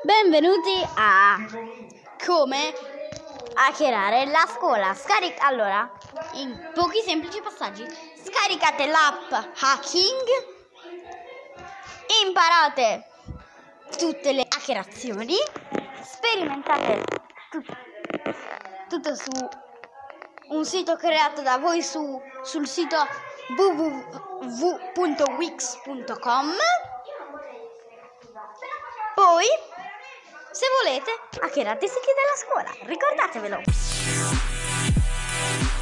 Benvenuti a come hackerare la scuola. Allora, in pochi semplici passaggi, scaricate l'app Hacking, imparate tutte le hackerazioni, sperimentate tutto su un sito creato da voi sul sito www.wix.com. Poi, se volete, hackerate i siti della scuola, ricordatevelo.